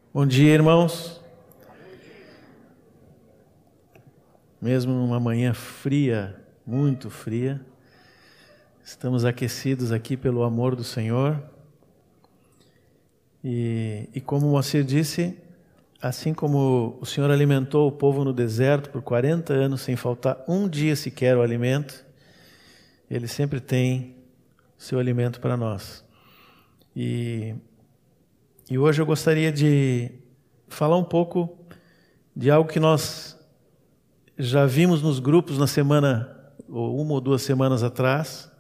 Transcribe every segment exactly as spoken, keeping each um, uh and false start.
Bom dia, irmãos. Mesmo numa manhã fria, muito fria, estamos aquecidos aqui pelo amor do Senhor. E, e como o Moacir disse, assim como o Senhor alimentou o povo no deserto por quarenta anos, sem faltar um dia sequer o alimento, Ele sempre tem seu alimento para nós. E, e hoje eu gostaria de falar um pouco de algo que nós já vimos nos grupos na semana, ou uma ou duas semanas atrás,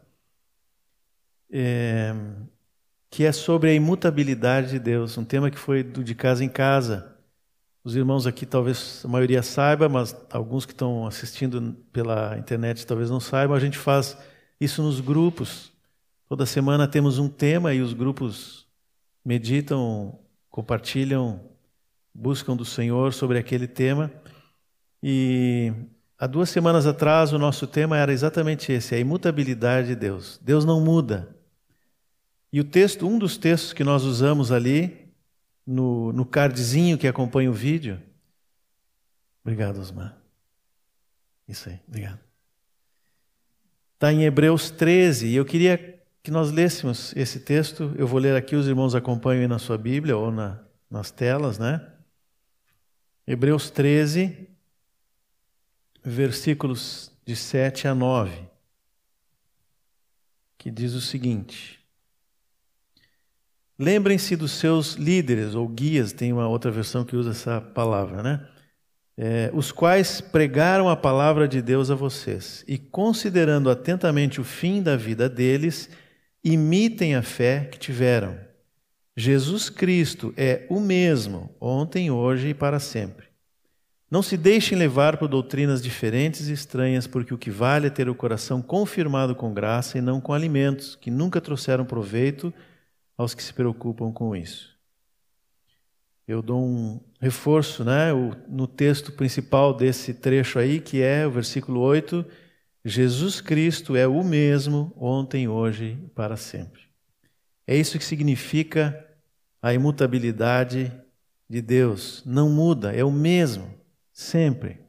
é, que é sobre a imutabilidade de Deus, um tema que foi do de casa em casa. Os irmãos aqui talvez a maioria saiba, mas alguns que estão assistindo pela internet talvez não saibam. A gente faz isso nos grupos. Toda semana temos um tema e os grupos meditam, compartilham, buscam do Senhor sobre aquele tema. E há duas semanas atrás o nosso tema era exatamente esse, a imutabilidade de Deus. Deus não muda. E o texto, um dos textos que nós usamos ali, no, no cardzinho que acompanha o vídeo. Obrigado, Osmar. Isso aí, obrigado. Está em Hebreus treze, e eu queria que nós lêssemos esse texto. Eu vou ler aqui, os irmãos acompanham aí na sua Bíblia ou na, nas telas, né? Hebreus treze, versículos de sete a nove, que diz o seguinte: lembrem-se dos seus líderes, ou guias, tem uma outra versão que usa essa palavra, né? É, os quais pregaram a palavra de Deus a vocês, e considerando atentamente o fim da vida deles, imitem a fé que tiveram. Jesus Cristo é o mesmo, ontem, hoje e para sempre. Não se deixem levar por doutrinas diferentes e estranhas, porque o que vale é ter o coração confirmado com graça e não com alimentos, que nunca trouxeram proveito aos que se preocupam com isso. Eu dou um reforço, né, no texto principal desse trecho aí, que é o versículo oito, Jesus Cristo é o mesmo, ontem, hoje e para sempre. É isso que significa a imutabilidade de Deus. Não muda, é o mesmo. Sempre.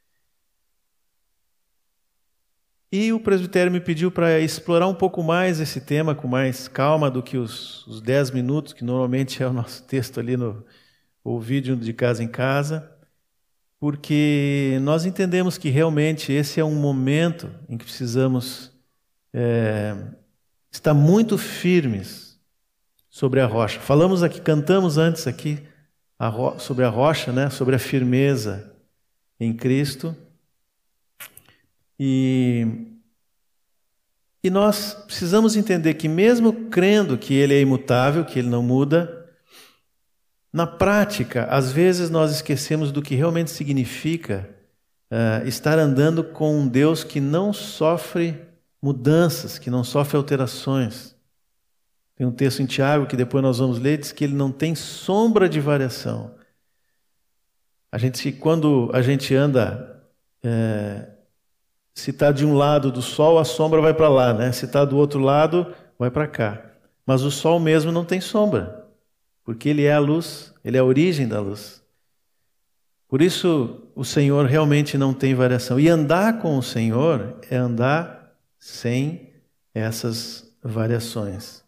E o presbitério me pediu para explorar um pouco mais esse tema, com mais calma do que os, os dez minutos, que normalmente é o nosso texto ali no o vídeo de casa em casa, porque nós entendemos que realmente esse é um momento em que precisamos é, estar muito firmes sobre a rocha. Falamos aqui, cantamos antes aqui a ro- sobre a rocha, né? Sobre a firmeza em Cristo, e, e nós precisamos entender que mesmo crendo que Ele é imutável, que Ele não muda, na prática, às vezes nós esquecemos do que realmente significa uh, estar andando com um Deus que não sofre mudanças, que não sofre alterações. Tem um texto em Tiago que depois nós vamos ler, diz que Ele não tem sombra de variação. A gente, quando a gente anda, é, se está de um lado do sol, a sombra vai para lá, né? Se está do outro lado, vai para cá. Mas o sol mesmo não tem sombra, porque ele é a luz, ele é a origem da luz. Por isso, o Senhor realmente não tem variação. E andar com o Senhor é andar sem essas variações.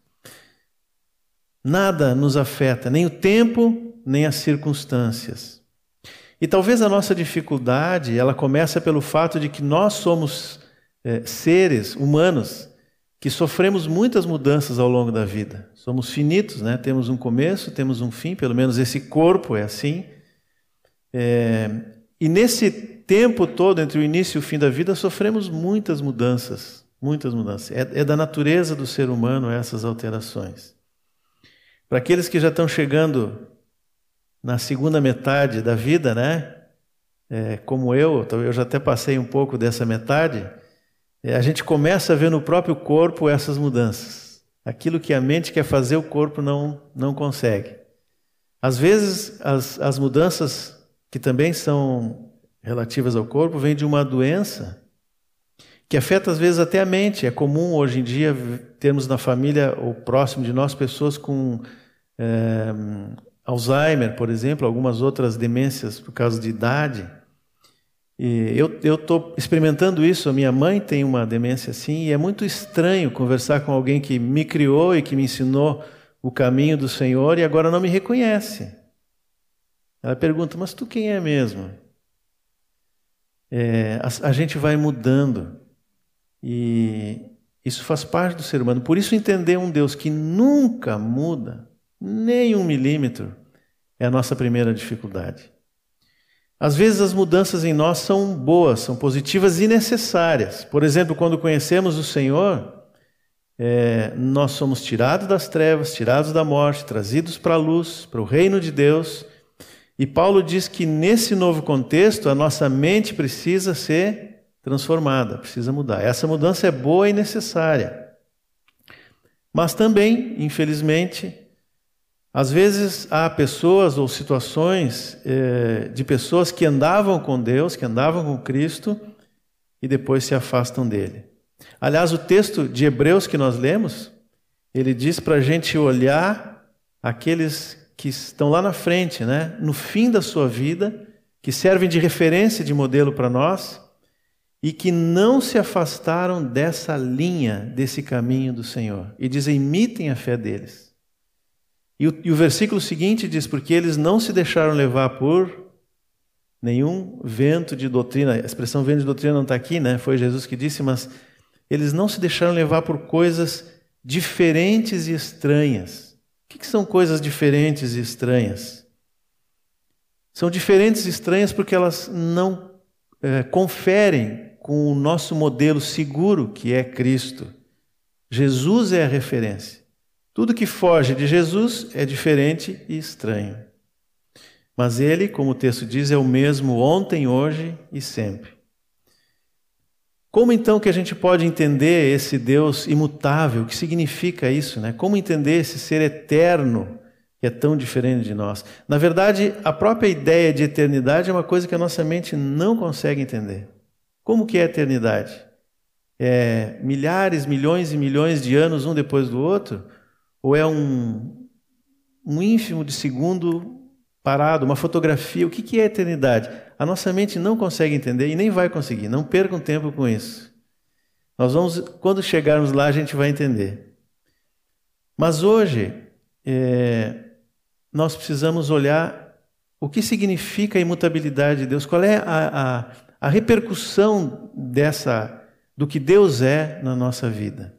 Nada nos afeta, nem o tempo, nem as circunstâncias. E talvez a nossa dificuldade, ela começa pelo fato de que nós somos é, seres humanos que sofremos muitas mudanças ao longo da vida. Somos finitos, né? Temos um começo, temos um fim, pelo menos esse corpo é assim. É, e nesse tempo todo, entre o início e o fim da vida, sofremos muitas mudanças, muitas mudanças. É, é da natureza do ser humano essas alterações. Para aqueles que já estão chegando na segunda metade da vida, né? É, como eu, eu já até passei um pouco dessa metade, é, a gente começa a ver no próprio corpo essas mudanças. Aquilo que a mente quer fazer, o corpo não, não consegue. Às vezes, as, as mudanças que também são relativas ao corpo vêm de uma doença que afeta às vezes até a mente. É comum hoje em dia termos na família ou próximo de nós pessoas com... É, Alzheimer, por exemplo, algumas outras demências por causa de idade. E eu estou experimentando isso, a minha mãe tem uma demência assim, e é muito estranho conversar com alguém que me criou e que me ensinou o caminho do Senhor e agora não me reconhece. Ela pergunta, mas tu quem é mesmo? É, a, a gente vai mudando e isso faz parte do ser humano. Por isso entender um Deus que nunca muda, nem um milímetro, é a nossa primeira dificuldade. Às vezes as mudanças em nós são boas, são positivas e necessárias. Por exemplo, quando conhecemos o Senhor, é, nós somos tirados das trevas, tirados da morte, trazidos para a luz, para o reino de Deus. E Paulo diz que nesse novo contexto a nossa mente precisa ser transformada, precisa mudar. Essa mudança é boa e necessária. Mas também, infelizmente, às vezes há pessoas ou situações eh, de pessoas que andavam com Deus, que andavam com Cristo e depois se afastam dele. Aliás, o texto de Hebreus que nós lemos, ele diz para a gente olhar aqueles que estão lá na frente, né, no fim da sua vida, que servem de referência, de modelo para nós, e que não se afastaram dessa linha, desse caminho do Senhor. E diz, imitem a fé deles. E o, e o versículo seguinte diz, porque eles não se deixaram levar por nenhum vento de doutrina. A expressão vento de doutrina não está aqui, né? Foi Jesus que disse, mas eles não se deixaram levar por coisas diferentes e estranhas. O que são coisas diferentes e estranhas? São diferentes e estranhas porque elas não é, conferem com o nosso modelo seguro, que é Cristo. Jesus é a referência. Tudo que foge de Jesus é diferente e estranho. Mas Ele, como o texto diz, é o mesmo ontem, hoje e sempre. Como então que a gente pode entender esse Deus imutável? O que significa isso, né? Como entender esse ser eterno que é tão diferente de nós? Na verdade, a própria ideia de eternidade é uma coisa que a nossa mente não consegue entender. Como que é a eternidade? É milhares, milhões e milhões de anos um depois do outro? Ou é um, um ínfimo de segundo parado, uma fotografia? O que que é a eternidade? A nossa mente não consegue entender e nem vai conseguir. Não percam tempo com isso. Nós vamos, quando chegarmos lá, a gente vai entender. Mas hoje, é, nós precisamos olhar o que significa a imutabilidade de Deus. Qual é a, a, a repercussão dessa, do que Deus é na nossa vida.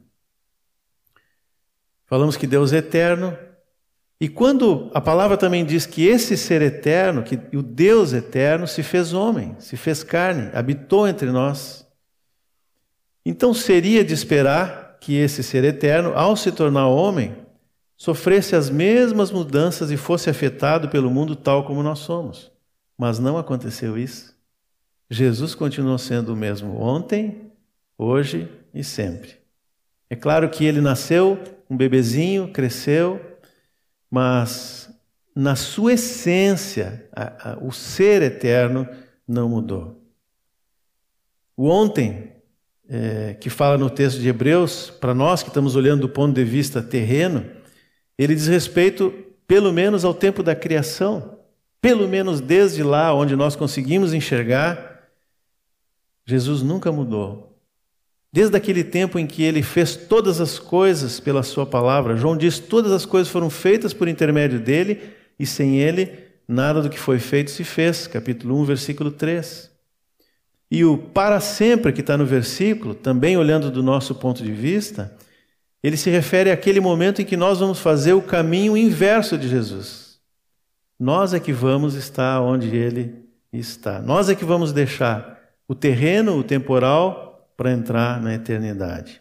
Falamos que Deus é eterno. E quando a palavra também diz que esse ser eterno, que o Deus eterno se fez homem, se fez carne, habitou entre nós. Então seria de esperar que esse ser eterno, ao se tornar homem, sofresse as mesmas mudanças e fosse afetado pelo mundo tal como nós somos. Mas não aconteceu isso. Jesus continuou sendo o mesmo ontem, hoje e sempre. É claro que ele nasceu um bebezinho, cresceu, mas na sua essência, a, a, o ser eterno não mudou. O ontem, é, que fala no texto de Hebreus, para nós que estamos olhando do ponto de vista terreno, ele diz respeito pelo menos ao tempo da criação, pelo menos desde lá onde nós conseguimos enxergar, Jesus nunca mudou. Desde aquele tempo em que ele fez todas as coisas pela sua palavra, João diz, todas as coisas foram feitas por intermédio dele, e sem ele, nada do que foi feito se fez. Capítulo um, versículo três. E o para sempre que está no versículo, também olhando do nosso ponto de vista, ele se refere àquele momento em que nós vamos fazer o caminho inverso de Jesus. Nós é que vamos estar onde ele está. Nós é que vamos deixar o terreno, o temporal, para entrar na eternidade.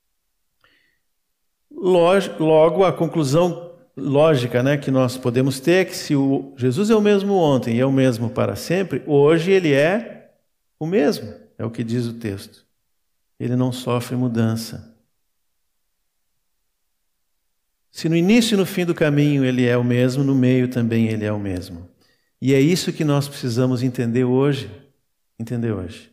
Logo, a conclusão lógica, né, que nós podemos ter é que se o Jesus é o mesmo ontem e é o mesmo para sempre, hoje ele é o mesmo, é o que diz o texto. Ele não sofre mudança. Se no início e no fim do caminho ele é o mesmo, no meio também ele é o mesmo. E é isso que nós precisamos entender hoje. Entender hoje.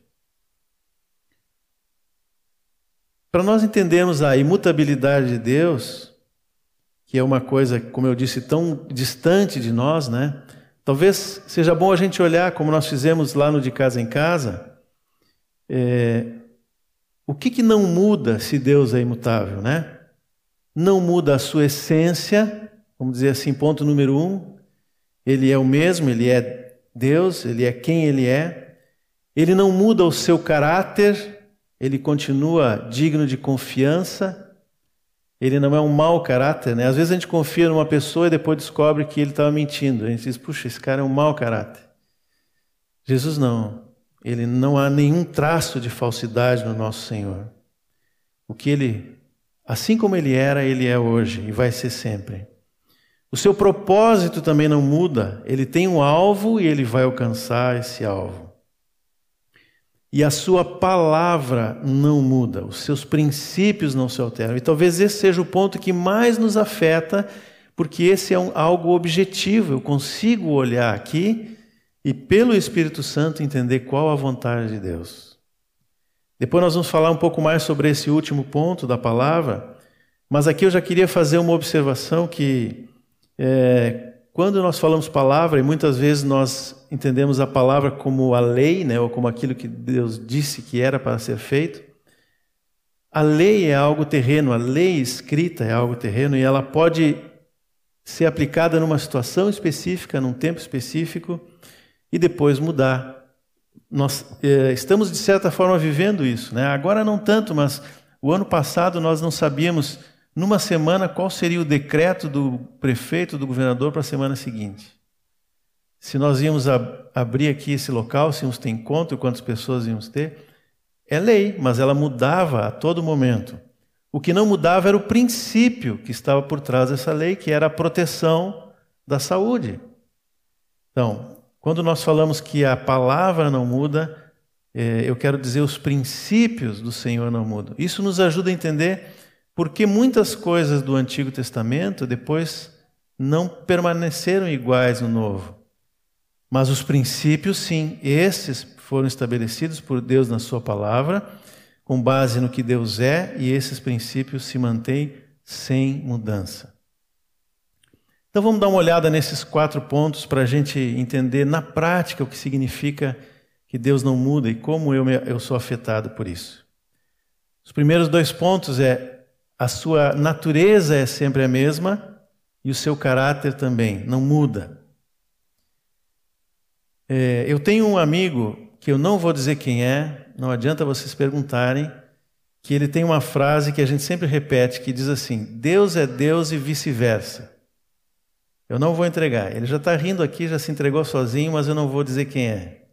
Para nós entendermos a imutabilidade de Deus, que é uma coisa, como eu disse, tão distante de nós, né? Talvez seja bom a gente olhar, como nós fizemos lá no De Casa em Casa, é, o que, que não muda se Deus é imutável, né? Não muda a sua essência, vamos dizer assim, ponto número um. Ele é o mesmo, ele é Deus, ele é quem ele é. Ele não muda o seu caráter, ele continua digno de confiança. Ele não é um mau caráter, né? Às vezes a gente confia numa pessoa e depois descobre que ele estava mentindo. A gente diz, puxa, esse cara é um mau caráter. Jesus não. Ele não há nenhum traço de falsidade no nosso Senhor. O que ele, assim como ele era, ele é hoje e vai ser sempre. O seu propósito também não muda. Ele tem um alvo e ele vai alcançar esse alvo. E a sua palavra não muda, os seus princípios não se alteram. E talvez esse seja o ponto que mais nos afeta, porque esse é um, algo objetivo. Eu consigo olhar aqui e, pelo Espírito Santo, entender qual a vontade de Deus. Depois nós vamos falar um pouco mais sobre esse último ponto da palavra, mas aqui eu já queria fazer uma observação que... É, quando nós falamos palavra, e muitas vezes nós entendemos a palavra como a lei, né, ou como aquilo que Deus disse que era para ser feito, a lei é algo terreno, a lei escrita é algo terreno, e ela pode ser aplicada numa situação específica, num tempo específico, e depois mudar. Nós é, estamos, de certa forma, vivendo isso, né? Agora não tanto, mas o ano passado nós não sabíamos... numa semana, qual seria o decreto do prefeito, do governador para a semana seguinte? Se nós íamos ab- abrir aqui esse local, se íamos ter encontro, quantas pessoas íamos ter? É lei, mas ela mudava a todo momento. O que não mudava era o princípio que estava por trás dessa lei, que era a proteção da saúde. Então, quando nós falamos que a palavra não muda, eh, eu quero dizer os princípios do Senhor não mudam. Isso nos ajuda a entender... porque muitas coisas do Antigo Testamento depois não permaneceram iguais no Novo. Mas os princípios, sim, esses foram estabelecidos por Deus na sua palavra, com base no que Deus é, e esses princípios se mantêm sem mudança. Então vamos dar uma olhada nesses quatro pontos para a gente entender na prática o que significa que Deus não muda e como eu, me, eu sou afetado por isso. Os primeiros dois pontos é a sua natureza é sempre a mesma e o seu caráter também, não muda. É, eu tenho um amigo, que eu não vou dizer quem é, não adianta vocês perguntarem, que ele tem uma frase que a gente sempre repete, que diz assim, Deus é Deus e vice-versa. Eu não vou entregar. Ele já está rindo aqui, já se entregou sozinho, mas eu não vou dizer quem é.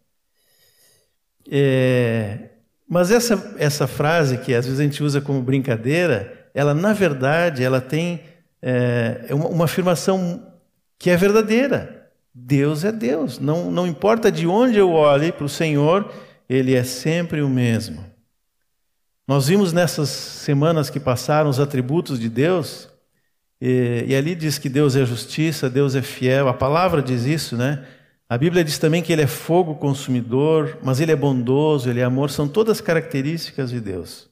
É, mas essa, essa frase, que às vezes a gente usa como brincadeira... ela, na verdade, ela tem é, uma, uma afirmação que é verdadeira. Deus é Deus. Não, não importa de onde eu olhe para o Senhor, Ele é sempre o mesmo. Nós vimos nessas semanas que passaram os atributos de Deus, e, e ali diz que Deus é justiça, Deus é fiel. A palavra diz isso, né? A Bíblia diz também que Ele é fogo consumidor, mas Ele é bondoso, Ele é amor. São todas características de Deus.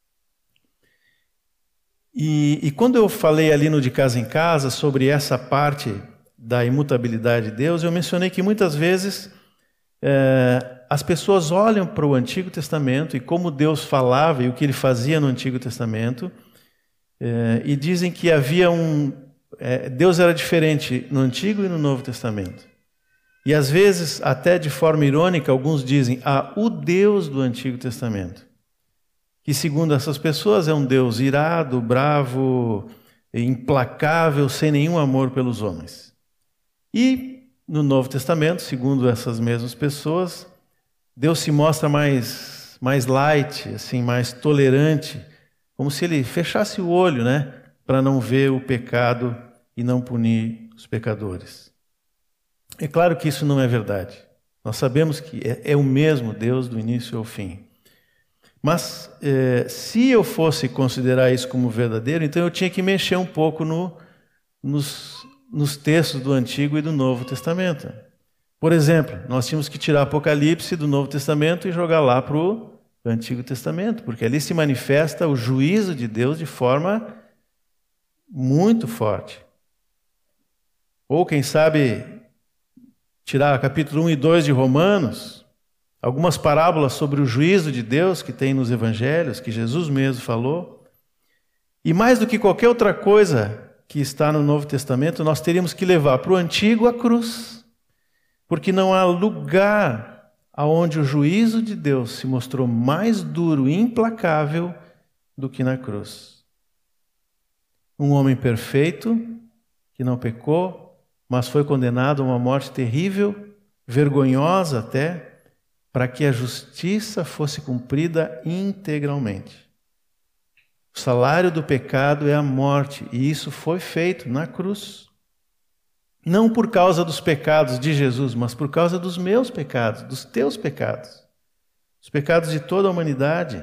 E, e quando eu falei ali no De Casa em Casa sobre essa parte da imutabilidade de Deus, eu mencionei que muitas vezes é, as pessoas olham para o Antigo Testamento e como Deus falava e o que Ele fazia no Antigo Testamento é, e dizem que havia um... É, Deus era diferente no Antigo e no Novo Testamento. E às vezes, até de forma irônica, alguns dizem, ah, o Deus do Antigo Testamento. Que, segundo essas pessoas, é um Deus irado, bravo, implacável, sem nenhum amor pelos homens. E, no Novo Testamento, segundo essas mesmas pessoas, Deus se mostra mais, mais light, assim, mais tolerante, como se Ele fechasse o olho, né, para não ver o pecado e não punir os pecadores. É claro que isso não é verdade. Nós sabemos que é, é o mesmo Deus do início ao fim. Mas, eh, se eu fosse considerar isso como verdadeiro, então eu tinha que mexer um pouco no, nos, nos textos do Antigo e do Novo Testamento. Por exemplo, nós tínhamos que tirar Apocalipse do Novo Testamento e jogar lá para o Antigo Testamento, porque ali se manifesta o juízo de Deus de forma muito forte. Ou, quem sabe, tirar capítulo um e dois de Romanos, algumas parábolas sobre o juízo de Deus que tem nos evangelhos, que Jesus mesmo falou. E mais do que qualquer outra coisa que está no Novo Testamento, nós teríamos que levar para o Antigo a cruz, porque não há lugar aonde o juízo de Deus se mostrou mais duro e implacável do que na cruz. Um homem perfeito, que não pecou, mas foi condenado a uma morte terrível, vergonhosa até, para que a justiça fosse cumprida integralmente. O salário do pecado é a morte, e isso foi feito na cruz. Não por causa dos pecados de Jesus, mas por causa dos meus pecados, dos teus pecados, os pecados de toda a humanidade.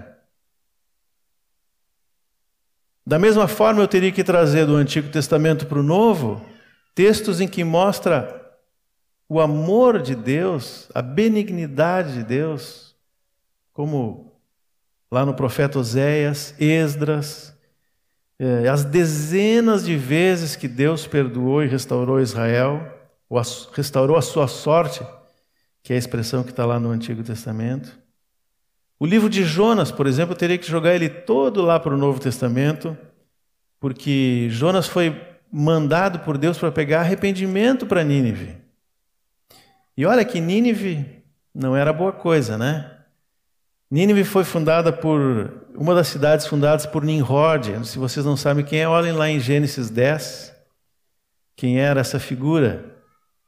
Da mesma forma, eu teria que trazer do Antigo Testamento para o Novo textos em que mostra o amor de Deus, a benignidade de Deus, como lá no profeta Oséias, Esdras, eh, as dezenas de vezes que Deus perdoou e restaurou Israel, ou a, restaurou a sua sorte, que é a expressão que está lá no Antigo Testamento. O livro de Jonas, por exemplo, eu teria que jogar ele todo lá para o Novo Testamento, porque Jonas foi mandado por Deus para pegar arrependimento para Nínive. E olha que Nínive não era boa coisa, né? Nínive foi fundada por, uma das cidades fundadas por Nimrod. Se vocês não sabem quem é, olhem lá em Gênesis dez, quem era essa figura.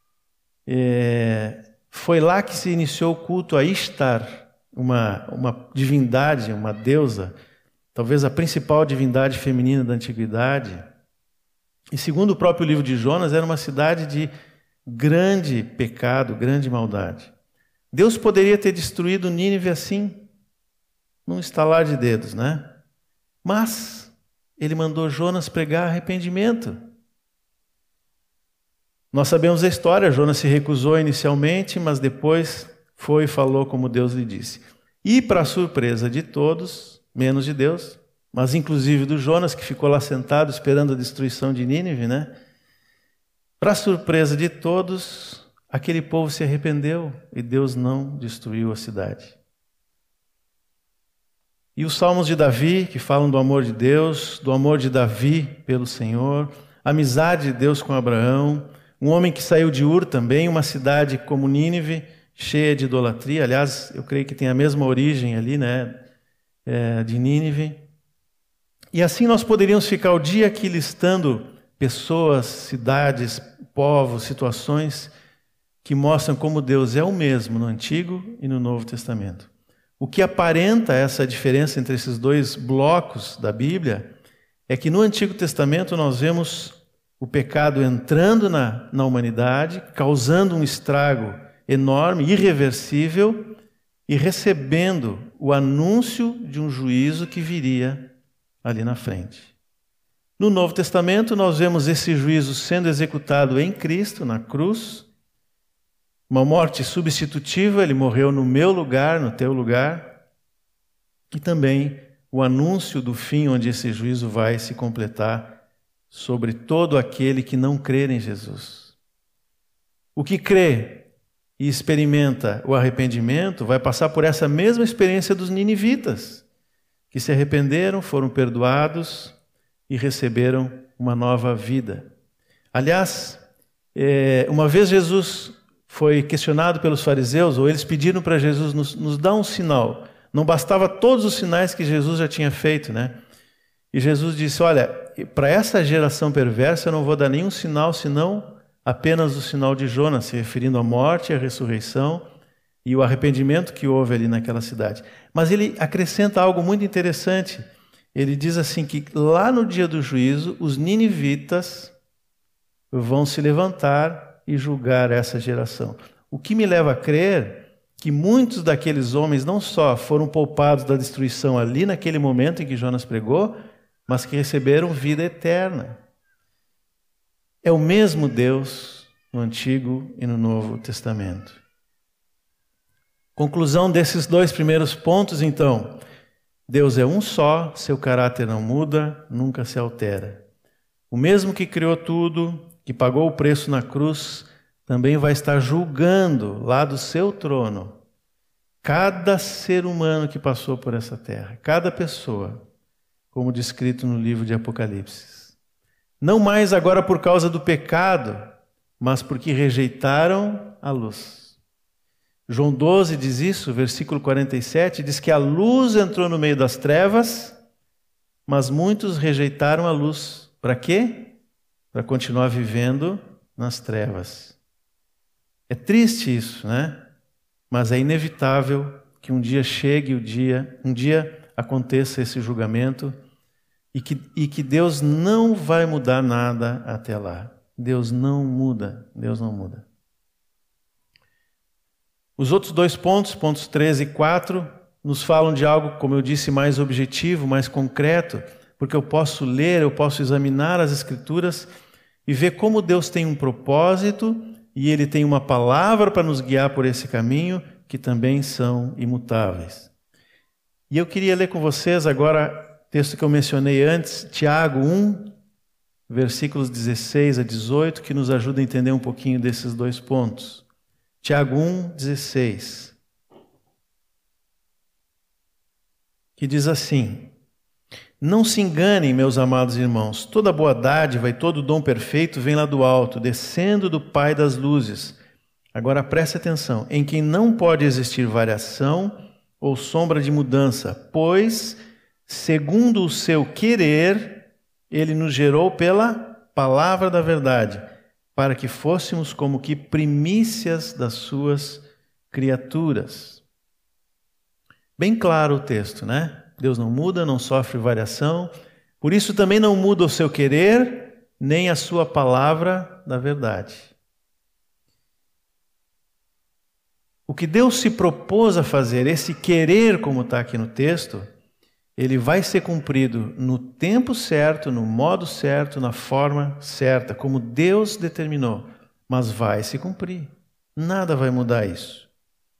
É, foi lá que se iniciou o culto a Ishtar, uma, uma divindade, uma deusa, talvez a principal divindade feminina da antiguidade. E segundo o próprio livro de Jonas, era uma cidade de grande pecado, grande maldade. Deus poderia ter destruído Nínive assim, num estalar de dedos, né? Mas ele mandou Jonas pregar arrependimento. Nós sabemos a história, Jonas se recusou inicialmente, mas depois foi e falou como Deus lhe disse. E, para surpresa de todos, menos de Deus, mas inclusive do Jonas, que ficou lá sentado esperando a destruição de Nínive, né? Para surpresa de todos, aquele povo se arrependeu e Deus não destruiu a cidade. E os salmos de Davi, que falam do amor de Deus, do amor de Davi pelo Senhor, a amizade de Deus com Abraão, um homem que saiu de Ur também, uma cidade como Nínive, cheia de idolatria. Aliás, eu creio que tem a mesma origem ali, né, é, de Nínive. E assim nós poderíamos ficar o dia aqui listando pessoas, cidades, povos, situações que mostram como Deus é o mesmo no Antigo e no Novo Testamento. O que aparenta essa diferença entre esses dois blocos da Bíblia é que no Antigo Testamento nós vemos o pecado entrando na, na humanidade, causando um estrago enorme, irreversível, e recebendo o anúncio de um juízo que viria ali na frente. No Novo Testamento nós vemos esse juízo sendo executado em Cristo, na cruz, uma morte substitutiva, ele morreu no meu lugar, no teu lugar, e também o anúncio do fim, onde esse juízo vai se completar sobre todo aquele que não crer em Jesus. O que crê e experimenta o arrependimento vai passar por essa mesma experiência dos ninivitas, que se arrependeram, foram perdoados e receberam uma nova vida. Aliás, uma vez Jesus foi questionado pelos fariseus, ou eles pediram para Jesus, nos, nos dá um sinal. Não bastava todos os sinais que Jesus já tinha feito, né? E Jesus disse, olha, para essa geração perversa eu não vou dar nenhum sinal, senão apenas o sinal de Jonas, se referindo à morte, à ressurreição e o arrependimento que houve ali naquela cidade. Mas ele acrescenta algo muito interessante. Ele diz assim que lá no dia do juízo, os ninivitas vão se levantar e julgar essa geração. O que me leva a crer que muitos daqueles homens não só foram poupados da destruição ali naquele momento em que Jonas pregou, mas que receberam vida eterna. É o mesmo Deus no Antigo e no Novo Testamento. Conclusão desses dois primeiros pontos, então. Deus é um só, seu caráter não muda, nunca se altera. O mesmo que criou tudo, que pagou o preço na cruz, também vai estar julgando lá do seu trono cada ser humano que passou por essa terra, cada pessoa, como descrito no livro de Apocalipse. Não mais agora por causa do pecado, mas porque rejeitaram a luz. João doze diz isso, versículo quarenta e sete, diz que a luz entrou no meio das trevas, mas muitos rejeitaram a luz. Para quê? Para continuar vivendo nas trevas. É triste isso, né? Mas é inevitável que um dia chegue o dia, um dia aconteça esse julgamento e que, e que Deus não vai mudar nada até lá. Deus não muda, Deus não muda. Os outros dois pontos, pontos três e quatro, nos falam de algo, como eu disse, mais objetivo, mais concreto, porque eu posso ler, eu posso examinar as Escrituras e ver como Deus tem um propósito e Ele tem uma palavra para nos guiar por esse caminho, que também são imutáveis. E eu queria ler com vocês agora o texto que eu mencionei antes, Tiago um, versículos dezesseis a dezoito, que nos ajuda a entender um pouquinho desses dois pontos. Tiago um, dezesseis, que diz assim: Não se enganem, meus amados irmãos, toda boa dádiva e todo dom perfeito vem lá do alto, descendo do Pai das luzes. Agora preste atenção, em quem não pode existir variação ou sombra de mudança, pois, segundo o seu querer, Ele nos gerou pela palavra da verdade, para que fôssemos como que primícias das suas criaturas. Bem claro o texto, né? Deus não muda, não sofre variação, por isso também não muda o seu querer, nem a sua palavra da verdade. O que Deus se propôs a fazer, esse querer, como está aqui no texto, ele vai ser cumprido no tempo certo, no modo certo, na forma certa, como Deus determinou, mas vai se cumprir. Nada vai mudar isso.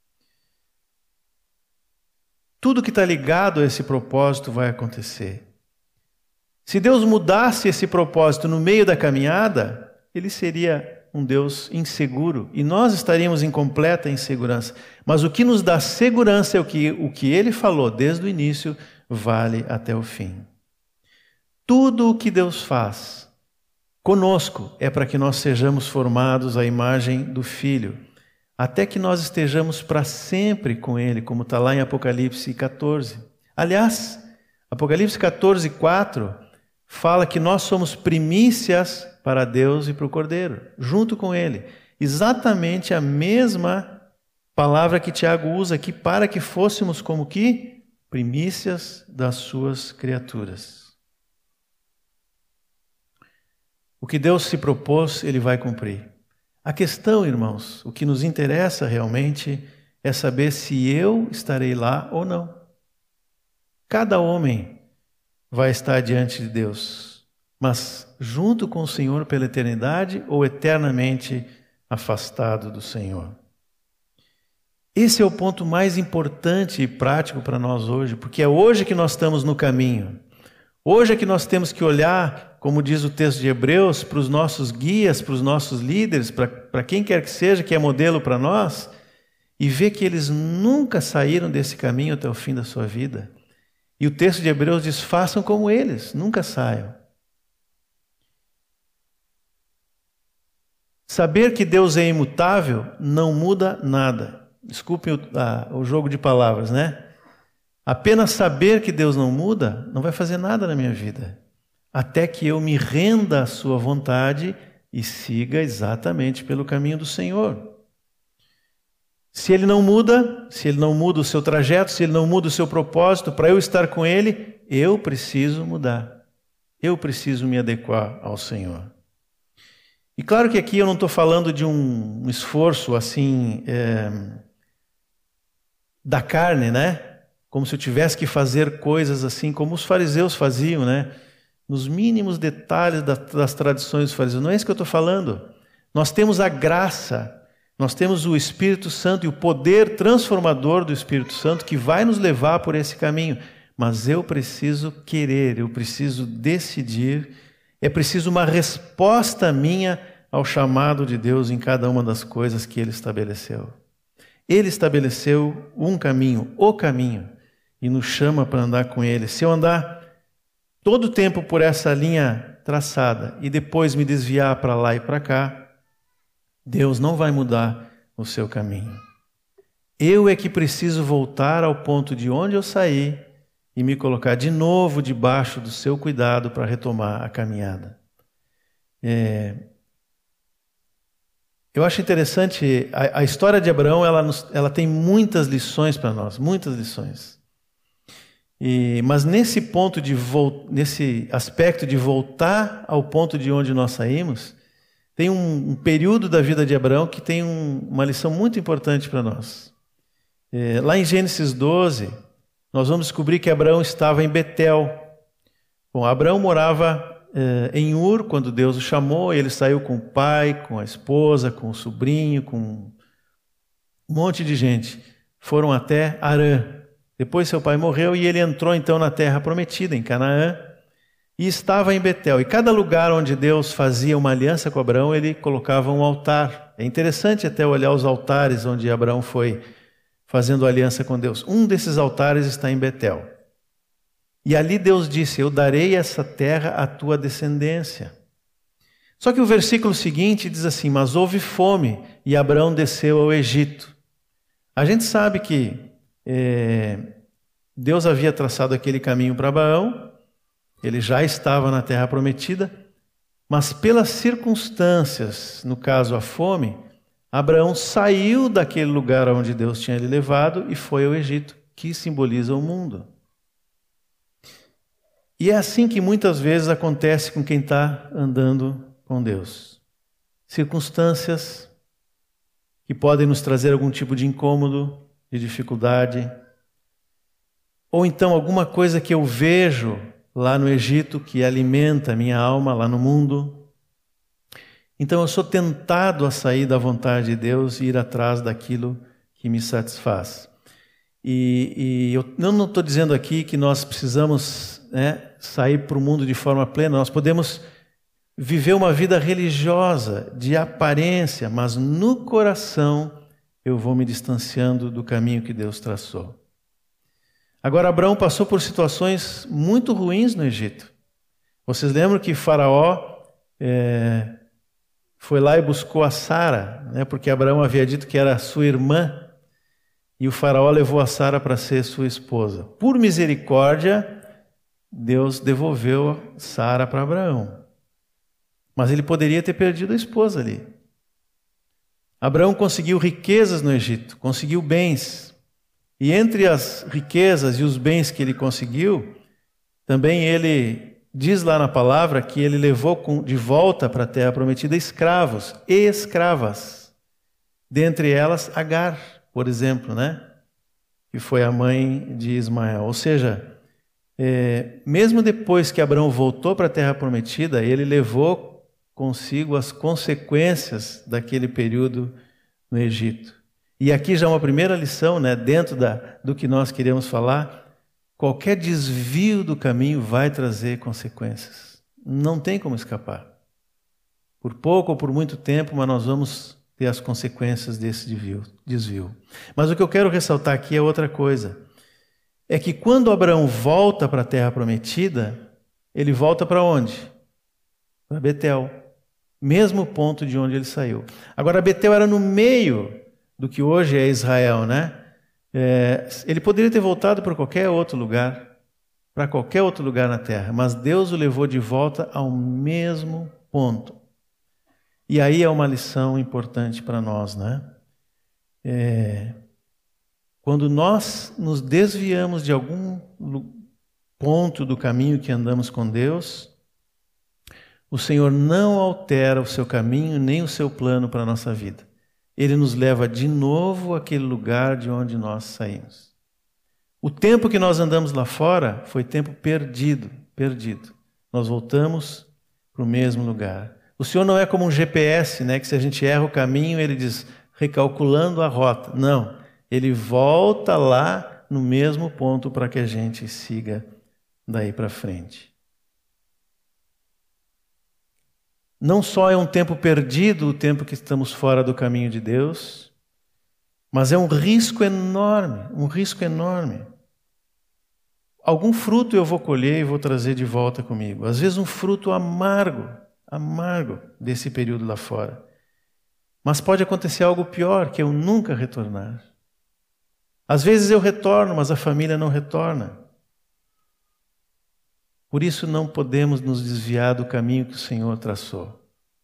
Tudo que está ligado a esse propósito vai acontecer. Se Deus mudasse esse propósito no meio da caminhada, Ele seria um Deus inseguro e nós estaríamos em completa insegurança. Mas o que nos dá segurança é o que, o que Ele falou desde o início, vale até o fim. Tudo o que Deus faz conosco é para que nós sejamos formados à imagem do Filho, até que nós estejamos para sempre com Ele, como está lá em Apocalipse catorze. Aliás, Apocalipse catorze, quatro fala que nós somos primícias para Deus e para o Cordeiro, junto com Ele. Exatamente a mesma palavra que Tiago usa aqui, para que fôssemos como que primícias das suas criaturas. O que Deus se propôs, Ele vai cumprir. A questão, irmãos, o que nos interessa realmente é saber se eu estarei lá ou não. Cada homem vai estar diante de Deus, mas junto com o Senhor pela eternidade ou eternamente afastado do Senhor. Esse é o ponto mais importante e prático para nós hoje, porque é hoje que nós estamos no caminho. Hoje é que nós temos que olhar, como diz o texto de Hebreus, para os nossos guias, para os nossos líderes, para, para quem quer que seja, que é modelo para nós, e ver que eles nunca saíram desse caminho até o fim da sua vida. E o texto de Hebreus diz, façam como eles, nunca saiam. Saber que Deus é imutável não muda nada. Desculpem o, a, o jogo de palavras, né? Apenas saber que Deus não muda não vai fazer nada na minha vida, até que eu me renda à sua vontade e siga exatamente pelo caminho do Senhor. Se Ele não muda, se Ele não muda o seu trajeto, se Ele não muda o seu propósito, para eu estar com Ele, eu preciso mudar. Eu preciso me adequar ao Senhor. E claro que aqui eu não estou falando de um esforço assim, é, da carne, né? Como se eu tivesse que fazer coisas assim como os fariseus faziam, né? Nos mínimos detalhes das tradições dos fariseus. Não é isso que eu estou falando. Nós temos a graça, nós temos o Espírito Santo e o poder transformador do Espírito Santo que vai nos levar por esse caminho. Mas eu preciso querer, eu preciso decidir É preciso uma resposta minha ao chamado de Deus em cada uma das coisas que Ele estabeleceu. Ele estabeleceu um caminho, o caminho, e nos chama para andar com Ele. Se eu andar todo o tempo por essa linha traçada e depois me desviar para lá e para cá, Deus não vai mudar o seu caminho. Eu é que preciso voltar ao ponto de onde eu saí e me colocar de novo debaixo do seu cuidado para retomar a caminhada. É... Eu acho interessante, a, a história de Abraão, ela, nos, ela tem muitas lições para nós, muitas lições. E, mas nesse ponto de nesse aspecto de voltar ao ponto de onde nós saímos, tem um, um período da vida de Abraão que tem um, uma lição muito importante para nós. É, lá em Gênesis doze, nós vamos descobrir que Abraão estava em Betel. Bom, Abraão morava é, em Ur quando Deus o chamou, e ele saiu com o pai, com a esposa, com o sobrinho, com um monte de gente. Foram até Harã. Depois seu pai morreu e ele entrou então na terra prometida, em Canaã, e estava em Betel. E cada lugar onde Deus fazia uma aliança com Abraão, ele colocava um altar. É interessante até olhar os altares onde Abraão foi fazendo aliança com Deus. Um desses altares está em Betel. E ali Deus disse: eu darei essa terra à tua descendência. Só que o versículo seguinte diz assim: mas houve fome e Abraão desceu ao Egito. A gente sabe que É, Deus havia traçado aquele caminho para Abraão, ele já estava na terra prometida, mas pelas circunstâncias, no caso a fome, Abraão saiu daquele lugar onde Deus tinha ele levado e foi ao Egito, que simboliza o mundo. E é assim que muitas vezes acontece com quem está andando com Deus. Circunstâncias que podem nos trazer algum tipo de incômodo, de dificuldade, ou então alguma coisa que eu vejo lá no Egito que alimenta a minha alma lá no mundo. Então eu sou tentado a sair da vontade de Deus e ir atrás daquilo que me satisfaz. E, e eu não estou dizendo aqui que nós precisamos, né, sair para o mundo de forma plena. Nós podemos viver uma vida religiosa, de aparência, mas no coração eu vou me distanciando do caminho que Deus traçou. Agora, Abraão passou por situações muito ruins no Egito. Vocês lembram que Faraó é, foi lá e buscou a Sara, né, porque Abraão havia dito que era sua irmã, e o Faraó levou a Sara para ser sua esposa. Por misericórdia, Deus devolveu Sara para Abraão. Mas ele poderia ter perdido a esposa ali. Abraão conseguiu riquezas no Egito, conseguiu bens. E entre as riquezas e os bens que ele conseguiu, também ele diz lá na palavra que ele levou de volta para a terra prometida escravos e escravas. Dentre elas, Agar, por exemplo, né? Que foi a mãe de Ismael. Ou seja, é, mesmo depois que Abraão voltou para a terra prometida, ele levou consigo as consequências daquele período no Egito. E aqui já uma primeira lição, né, dentro da, do que nós queremos falar: qualquer desvio do caminho vai trazer consequências. Não tem como escapar. Por pouco ou por muito tempo, mas nós vamos ter as consequências desse desvio. desvio. Mas o que eu quero ressaltar aqui é outra coisa. É que quando Abraão volta para a terra prometida, ele volta para onde? Para Betel. Mesmo ponto de onde ele saiu. Agora, Betel era no meio do que hoje é Israel, né? É, ele poderia ter voltado para qualquer outro lugar, para qualquer outro lugar na terra, mas Deus o levou de volta ao mesmo ponto. E aí é uma lição importante para nós, né? É, quando nós nos desviamos de algum ponto do caminho que andamos com Deus, o Senhor não altera o seu caminho nem o seu plano para a nossa vida. Ele nos leva de novo àquele lugar de onde nós saímos. O tempo que nós andamos lá fora foi tempo perdido, perdido. Nós voltamos para o mesmo lugar. O Senhor não é como um G P S, né, que se a gente erra o caminho, ele diz, recalculando a rota. Não, ele volta lá no mesmo ponto para que a gente siga daí para frente. não só é um tempo perdido, o tempo que estamos fora do caminho de Deus, mas é um risco enorme, um risco enorme. Algum fruto eu vou colher e vou trazer de volta comigo. Às vezes um fruto amargo, amargo desse período lá fora. Mas pode acontecer algo pior, que eu nunca retornar. Às vezes eu retorno, mas a família não retorna. Por isso não podemos nos desviar do caminho que o Senhor traçou.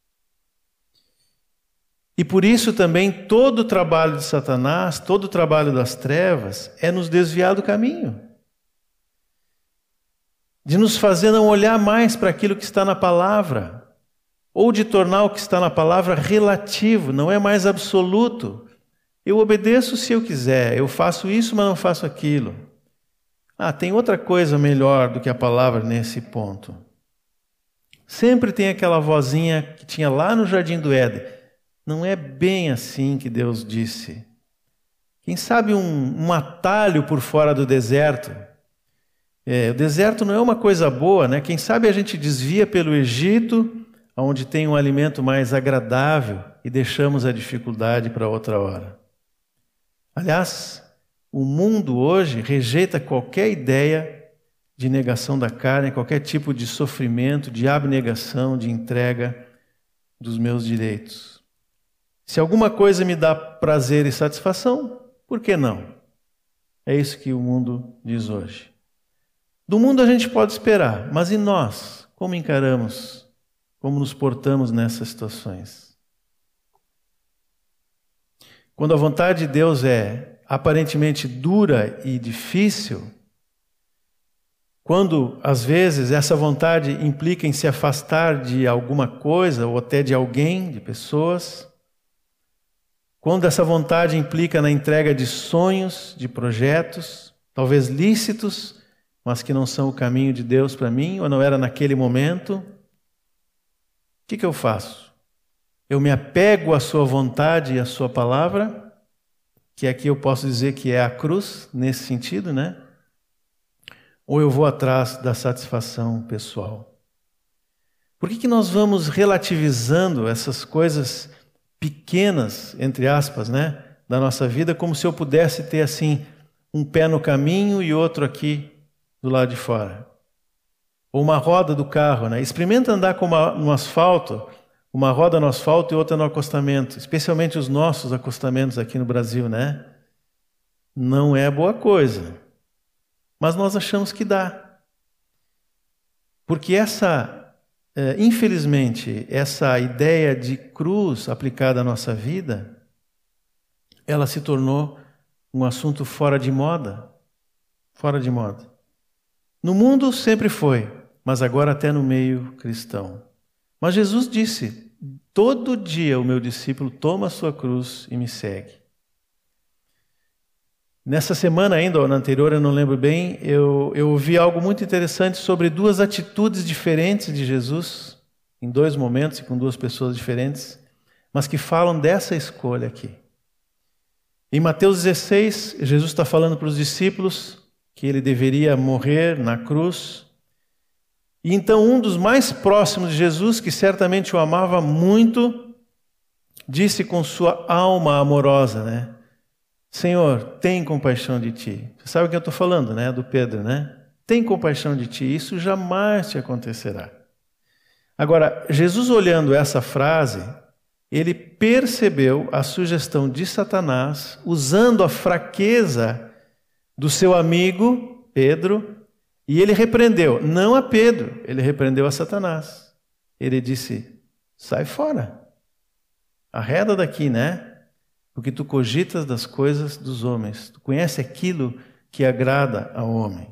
E por isso também todo o trabalho de Satanás, todo o trabalho das trevas é nos desviar do caminho. De nos fazer não olhar mais para aquilo que está na palavra, ou de tornar o que está na palavra relativo, não é mais absoluto. Eu obedeço se eu quiser, eu faço isso, mas não faço aquilo. Ah, tem outra coisa melhor do que a palavra nesse ponto. Sempre tem aquela vozinha que tinha lá no Jardim do Éden. Não é bem assim que Deus disse. Quem sabe um, um atalho por fora do deserto. É, o deserto não é uma coisa boa, né? Quem sabe a gente desvia pelo Egito, onde tem um alimento mais agradável, e deixamos a dificuldade para outra hora. Aliás, o mundo hoje rejeita qualquer ideia de negação da carne, qualquer tipo de sofrimento, de abnegação, de entrega dos meus direitos. Se alguma coisa me dá prazer e satisfação, por que não? É isso que o mundo diz hoje. Do mundo a gente pode esperar, mas e nós? Como encaramos? Como nos portamos nessas situações? Quando a vontade de Deus é aparentemente dura e difícil, quando às vezes essa vontade implica em se afastar de alguma coisa ou até de alguém, de pessoas, quando essa vontade implica na entrega de sonhos, de projetos, talvez lícitos, mas que não são o caminho de Deus para mim, ou não era naquele momento, o que, que eu faço? Eu me apego à sua vontade e à sua palavra, que aqui eu posso dizer que é a cruz, nesse sentido, né? Ou eu vou atrás da satisfação pessoal? Por que que nós vamos relativizando essas coisas pequenas, entre aspas, né, da nossa vida, como se eu pudesse ter assim um pé no caminho e outro aqui do lado de fora? Ou uma roda do carro, né? Experimenta andar com uma, no asfalto, uma roda no asfalto e outra no acostamento, especialmente os nossos acostamentos aqui no Brasil, né? Não é boa coisa, mas nós achamos que dá. Porque essa, é, infelizmente, essa ideia de cruz aplicada à nossa vida, ela se tornou um assunto fora de moda, fora de moda. No mundo sempre foi, mas agora até no meio cristão. Mas Jesus disse: todo dia o meu discípulo toma a sua cruz e me segue. Nessa semana ainda, ou na anterior, eu não lembro bem, eu, eu ouvi algo muito interessante sobre duas atitudes diferentes de Jesus, em dois momentos e com duas pessoas diferentes, mas que falam dessa escolha aqui. Em Mateus dezesseis, Jesus está falando para os discípulos que ele deveria morrer na cruz. E então um dos mais próximos de Jesus, que certamente o amava muito, disse com sua alma amorosa, né? Senhor, tem compaixão de ti. Você sabe o que eu estou falando, né? Do Pedro, né? Tem compaixão de ti, isso jamais te acontecerá. Agora, Jesus olhando essa frase, ele percebeu a sugestão de Satanás, usando a fraqueza do seu amigo Pedro, e ele repreendeu, não a Pedro, ele repreendeu a Satanás. Ele disse: sai fora, arreda daqui, né? Porque tu cogitas das coisas dos homens, tu conhece aquilo que agrada ao homem.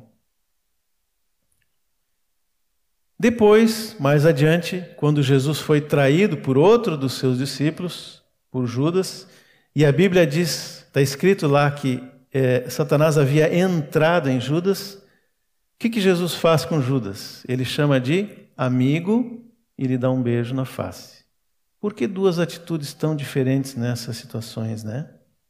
Depois, mais adiante, quando Jesus foi traído por outro dos seus discípulos, por Judas, e a Bíblia diz, está escrito lá que é, Satanás havia entrado em Judas, o que, que Jesus faz com Judas? Ele chama de amigo e lhe dá um beijo na face. Por que duas atitudes tão diferentes nessas situações, né?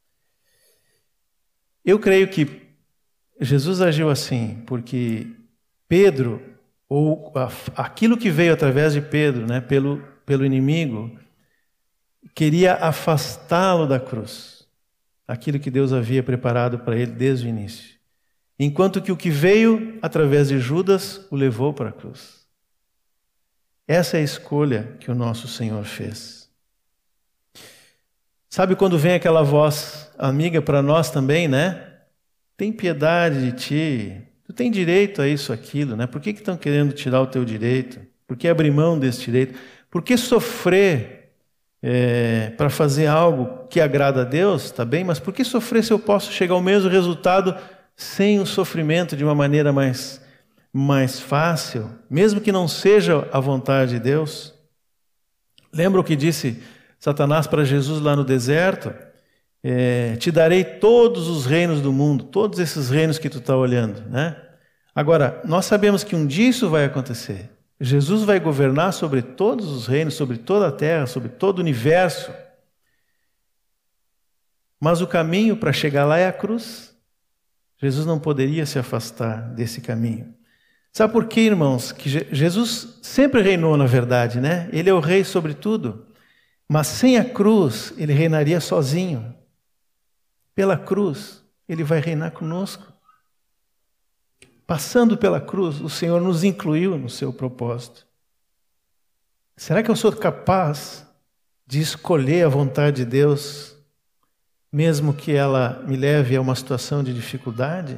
Eu creio que Jesus agiu assim porque Pedro, ou aquilo que veio através de Pedro, né, pelo pelo inimigo, queria afastá-lo da cruz, aquilo que Deus havia preparado para ele desde o início. Enquanto que o que veio através de Judas o levou para a cruz. Essa é a escolha que o nosso Senhor fez. Sabe quando vem aquela voz amiga para nós também, né? Tem piedade de ti, tu tem direito a isso, aquilo, né? Por que que estão querendo tirar o teu direito? Por que abrir mão desse direito? Por que sofrer é, para fazer algo que agrada a Deus? Tá bem, mas por que sofrer se eu posso chegar ao mesmo resultado sem o sofrimento de uma maneira mais, mais fácil, mesmo que não seja a vontade de Deus? Lembra o que disse Satanás para Jesus lá no deserto? É, te darei todos os reinos do mundo, todos esses reinos que tu está olhando, né? Agora, nós sabemos que um dia isso vai acontecer. Jesus vai governar sobre todos os reinos, sobre toda a terra, sobre todo o universo. Mas o caminho para chegar lá é a cruz. Jesus não poderia se afastar desse caminho. Sabe por quê, irmãos? Que Jesus sempre reinou, na verdade, né? Ele é o rei sobre tudo. Mas sem a cruz, ele reinaria sozinho. Pela cruz, ele vai reinar conosco. Passando pela cruz, o Senhor nos incluiu no seu propósito. Será que eu sou capaz de escolher a vontade de Deus, mesmo que ela me leve a uma situação de dificuldade?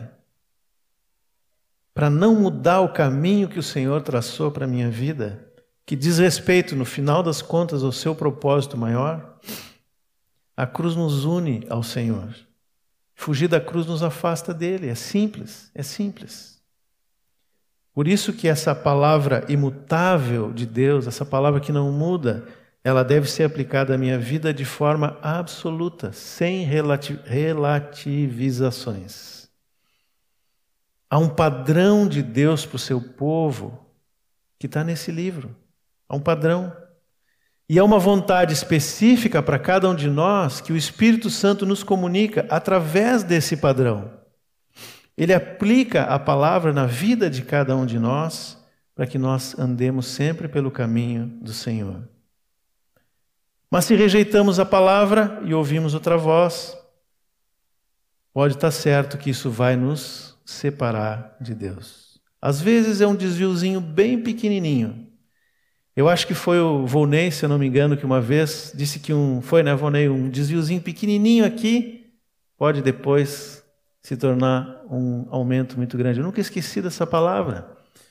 Para não mudar o caminho que o Senhor traçou para a minha vida, que diz respeito, no final das contas, ao seu propósito maior? A cruz nos une ao Senhor. Fugir da cruz nos afasta dele. É simples, é simples. Por isso que essa palavra imutável de Deus, essa palavra que não muda, ela deve ser aplicada à minha vida de forma absoluta, sem relativizações. Há um padrão de Deus para o seu povo que está nesse livro. Há um padrão. E há uma vontade específica para cada um de nós que o Espírito Santo nos comunica através desse padrão. Ele aplica a palavra na vida de cada um de nós para que nós andemos sempre pelo caminho do Senhor. Mas se rejeitamos a palavra e ouvimos outra voz, pode estar certo que isso vai nos separar de Deus. Às vezes é um desviozinho bem pequenininho. Eu acho que foi o Volney, se eu não me engano, que uma vez disse que um, foi, né, Volney, um desviozinho pequenininho aqui pode depois se tornar um aumento muito grande. Eu nunca esqueci dessa palavra.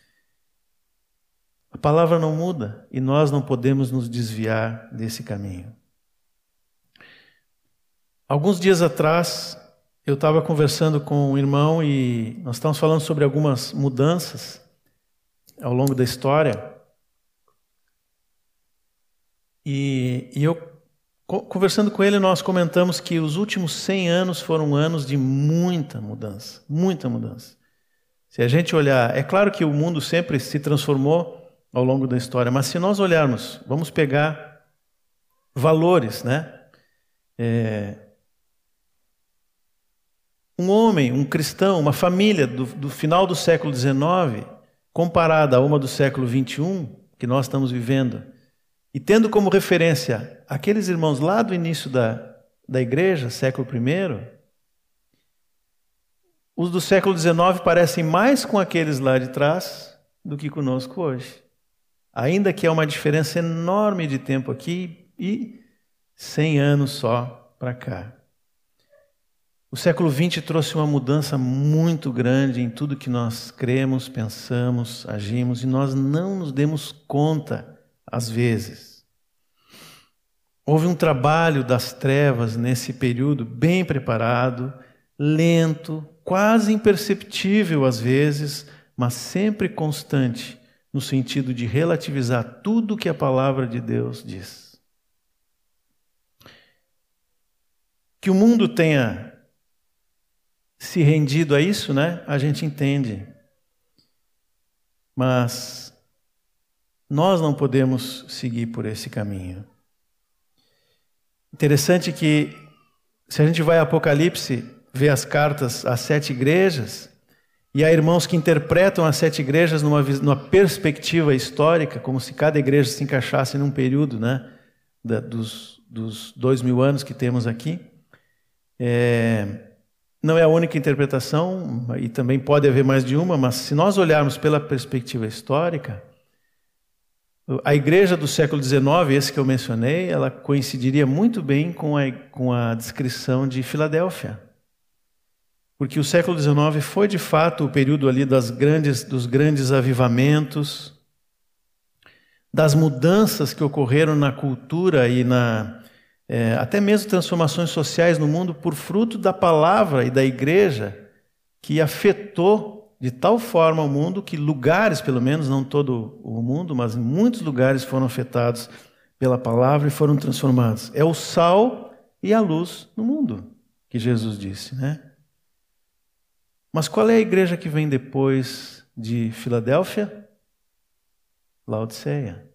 A palavra não muda e nós não podemos nos desviar desse caminho. Alguns dias atrás, eu estava conversando com um irmão e nós estávamos falando sobre algumas mudanças ao longo da história. E, e eu, conversando com ele, nós comentamos que os últimos cem anos foram anos de muita mudança, muita mudança. Se a gente olhar, é claro que o mundo sempre se transformou ao longo da história, mas se nós olharmos, vamos pegar valores, né? É, um homem, um cristão, uma família do, do final do século dezenove, comparada a uma do século vinte e um, que nós estamos vivendo, e tendo como referência aqueles irmãos lá do início da, da igreja, século primeiro, os do século dezenove parecem mais com aqueles lá de trás do que conosco hoje. Ainda que há uma diferença enorme de tempo aqui e cem anos só para cá. O século vinte trouxe uma mudança muito grande em tudo que nós cremos, pensamos, agimos, e nós não nos demos conta, às vezes. Houve um trabalho das trevas nesse período bem preparado, lento, quase imperceptível às vezes, mas sempre constante, no sentido de relativizar tudo o que a palavra de Deus diz. Que o mundo tenha se rendido a isso, né? A gente entende. Mas nós não podemos seguir por esse caminho. Interessante que, se a gente vai a Apocalipse, ver as cartas às sete igrejas, E há irmãos que interpretam as sete igrejas numa, numa perspectiva histórica, como se cada igreja se encaixasse num período, né, da, dos, dos dois mil anos que temos aqui. É, não é a única interpretação, e também pode haver mais de uma, mas se nós olharmos pela perspectiva histórica, a igreja do século dezenove, esse que eu mencionei, ela coincidiria muito bem com a, com a descrição de Filadélfia. Porque o século dezenove foi, de fato, o período ali das grandes, dos grandes avivamentos, das mudanças que ocorreram na cultura e na, é, até mesmo transformações sociais no mundo por fruto da palavra e da igreja, que afetou de tal forma o mundo que lugares, pelo menos, não todo o mundo, mas muitos lugares foram afetados pela palavra e foram transformados. É o sal e a luz no mundo, que Jesus disse, né? Mas qual é a igreja que vem depois de Filadélfia? Laodiceia.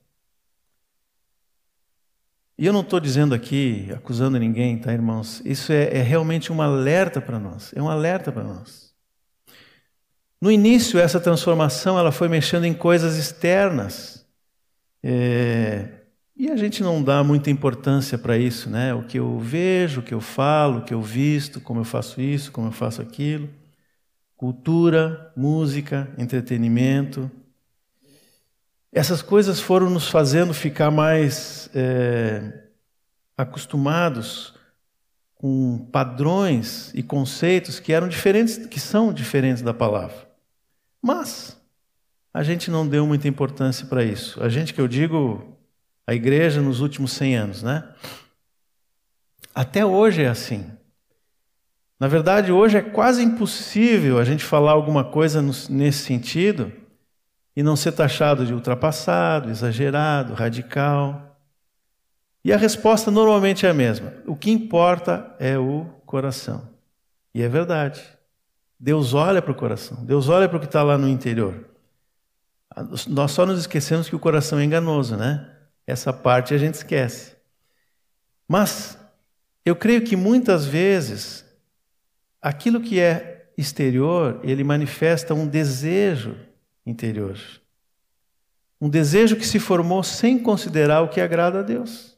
E eu não estou dizendo aqui, acusando ninguém, tá, irmãos? Isso é, é realmente um alerta para nós. É um alerta para nós. No início, essa transformação ela foi mexendo em coisas externas. É, e a gente não dá muita importância para isso, né? O que eu vejo, o que eu falo, o que eu visto, como eu faço isso, como eu faço aquilo. Cultura, música, entretenimento. Essas coisas foram nos fazendo ficar mais é, acostumados com padrões e conceitos que eram diferentes, que são diferentes da palavra. Mas a gente não deu muita importância para isso. A gente, que eu digo, a igreja nos últimos cem anos, né? Até hoje é assim. Na verdade, hoje é quase impossível a gente falar alguma coisa nesse sentido e não ser taxado de ultrapassado, exagerado, radical. E a resposta normalmente é a mesma. O que importa é o coração. E é verdade. Deus olha para o coração. Deus olha para o que está lá no interior. Nós só nos esquecemos que o coração é enganoso, né? Essa parte a gente esquece. Mas eu creio que muitas vezes aquilo que é exterior, ele manifesta um desejo interior. Um desejo que se formou sem considerar o que agrada a Deus.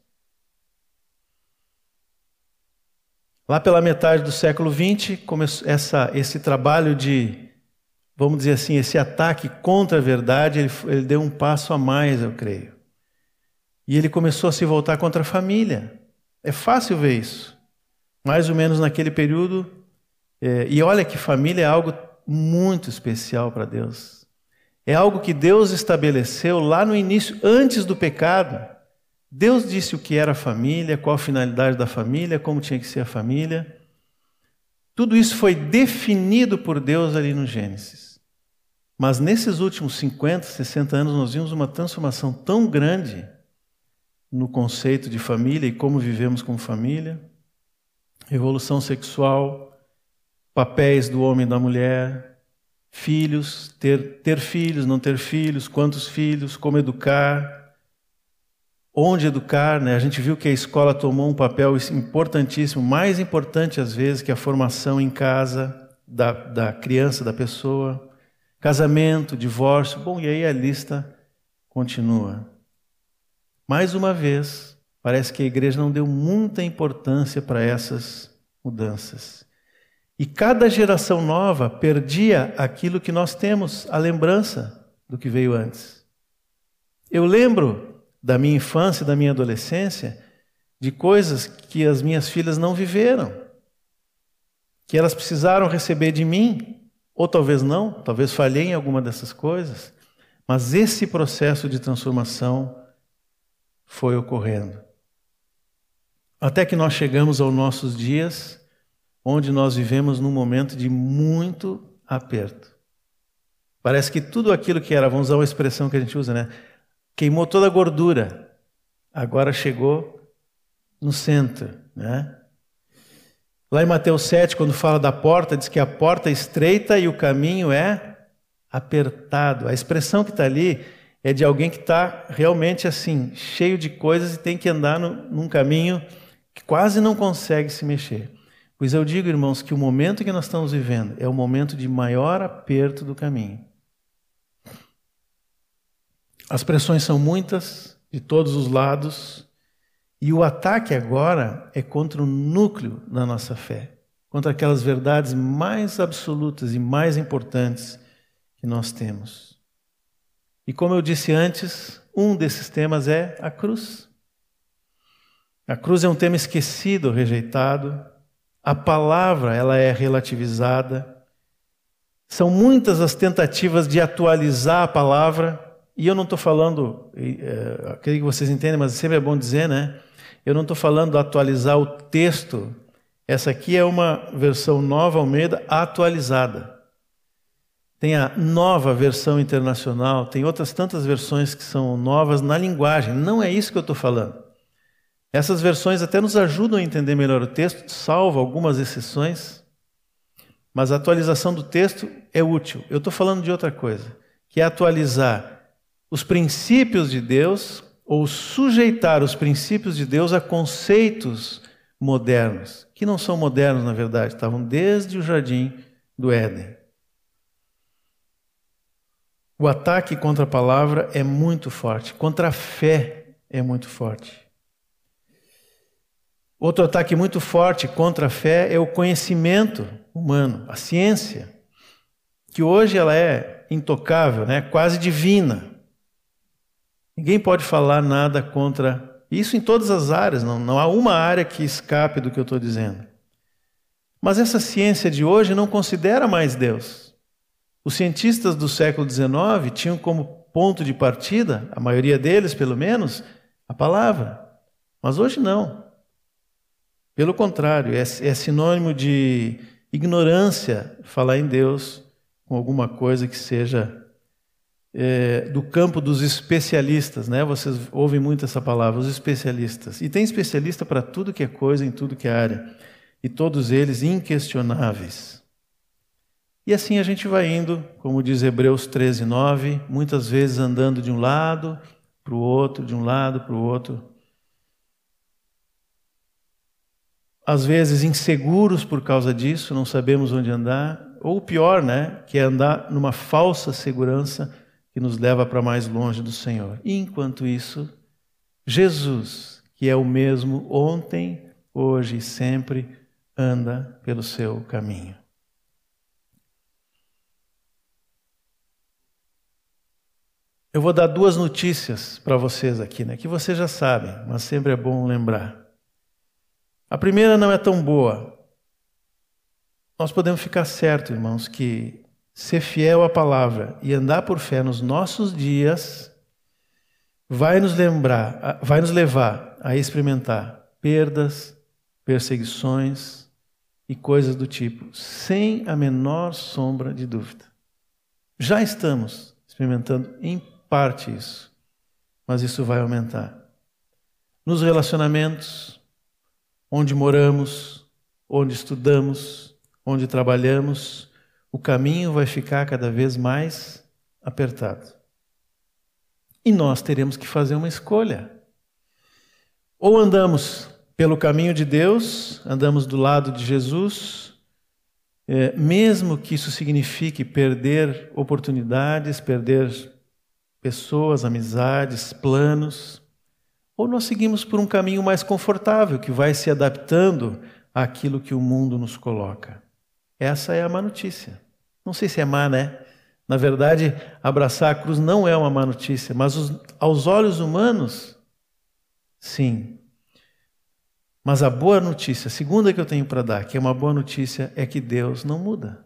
Lá pela metade do século vinte, começou essa, esse trabalho de, vamos dizer assim, esse ataque contra a verdade, ele, ele deu um passo a mais, eu creio. E ele começou a se voltar contra a família. É fácil ver isso. Mais ou menos naquele período. É, e olha que família é algo muito especial para Deus. É algo que Deus estabeleceu lá no início, antes do pecado. Deus disse o que era a família, qual a finalidade da família, como tinha que ser a família. Tudo isso foi definido por Deus ali no Gênesis. Mas nesses últimos cinquenta, sessenta anos nós vimos uma transformação tão grande no conceito de família e como vivemos como família. Revolução sexual, papéis do homem e da mulher, filhos, ter, ter filhos, não ter filhos, quantos filhos, como educar, onde educar, né? A gente viu que a escola tomou um papel importantíssimo, mais importante às vezes que a formação em casa da, da criança, da pessoa, casamento, divórcio, bom, e aí a lista continua. Mais uma vez, parece que a igreja não deu muita importância para essas mudanças. E cada geração nova perdia aquilo que nós temos, a lembrança do que veio antes. Eu lembro da minha infância, da minha adolescência, de coisas que as minhas filhas não viveram, que elas precisaram receber de mim, ou talvez não, talvez falhei em alguma dessas coisas, mas esse processo de transformação foi ocorrendo. Até que nós chegamos aos nossos dias, onde nós vivemos num momento de muito aperto. Parece que tudo aquilo que era, vamos usar uma expressão que a gente usa, né? Queimou toda a gordura, agora chegou no centro, né? Lá em Mateus sete, quando fala da porta, diz que a porta é estreita e o caminho é apertado. A expressão que está ali é de alguém que está realmente assim, cheio de coisas e tem que andar no, num caminho que quase não consegue se mexer. Pois eu digo, irmãos, que o momento que nós estamos vivendo é o momento de maior aperto do caminho. As pressões são muitas, de todos os lados, e o ataque agora é contra o núcleo da nossa fé, contra aquelas verdades mais absolutas e mais importantes que nós temos. E como eu disse antes, um desses temas é a cruz. A cruz é um tema esquecido, rejeitado. A palavra, ela é relativizada. São muitas as tentativas de atualizar a palavra. E eu não estou falando, é, acredito que vocês entendem, mas sempre é bom dizer, né? Eu não estou falando de atualizar o texto. Essa aqui é uma versão Nova Almeida atualizada. Tem a nova versão internacional, tem outras tantas versões que são novas na linguagem. Não é isso que eu estou falando. Essas versões até nos ajudam a entender melhor o texto, salvo algumas exceções, mas a atualização do texto é útil. Eu estou falando de outra coisa, que é atualizar os princípios de Deus ou sujeitar os princípios de Deus a conceitos modernos, que não são modernos, na verdade, estavam desde o jardim do Éden. O ataque contra a palavra é muito forte, contra a fé é muito forte. Outro ataque muito forte contra a fé é o conhecimento humano, a ciência, que hoje ela é intocável, né? Quase divina. Ninguém pode falar nada contra isso em todas as áreas, não, não há uma área que escape do que eu estou dizendo. Mas essa ciência de hoje não considera mais Deus. Os cientistas do século dezenove tinham como ponto de partida, a maioria deles pelo menos, a palavra. Mas hoje não. Pelo contrário, é, é sinônimo de ignorância falar em Deus com alguma coisa que seja é, do campo dos especialistas, né? Vocês ouvem muito essa palavra, os especialistas. E tem especialista para tudo que é coisa, em tudo que é área. E todos eles inquestionáveis. E assim a gente vai indo, como diz Hebreus treze, nove, muitas vezes andando de um lado para o outro, de um lado para o outro. Às vezes inseguros por causa disso, não sabemos onde andar. Ou pior, né, que é andar numa falsa segurança que nos leva para mais longe do Senhor. E enquanto isso, Jesus, que é o mesmo ontem, hoje e sempre, anda pelo seu caminho. Eu vou dar duas notícias para vocês aqui, né, que vocês já sabem, mas sempre é bom lembrar. A primeira não é tão boa. Nós podemos ficar certos, irmãos, que ser fiel à palavra e andar por fé nos nossos dias vai nos lembrar, vai nos levar a experimentar perdas, perseguições e coisas do tipo, sem a menor sombra de dúvida. Já estamos experimentando em parte isso, mas isso vai aumentar. Nos relacionamentos, onde moramos, onde estudamos, onde trabalhamos, o caminho vai ficar cada vez mais apertado. E nós teremos que fazer uma escolha. Ou andamos pelo caminho de Deus, andamos do lado de Jesus, é, mesmo que isso signifique perder oportunidades, perder pessoas, amizades, planos, ou nós seguimos por um caminho mais confortável, que vai se adaptando àquilo que o mundo nos coloca. Essa é a má notícia. Não sei se é má, né? Na verdade, abraçar a cruz não é uma má notícia, mas os, aos olhos humanos, sim. Mas a boa notícia, a segunda que eu tenho para dar, que é uma boa notícia, é que Deus não muda.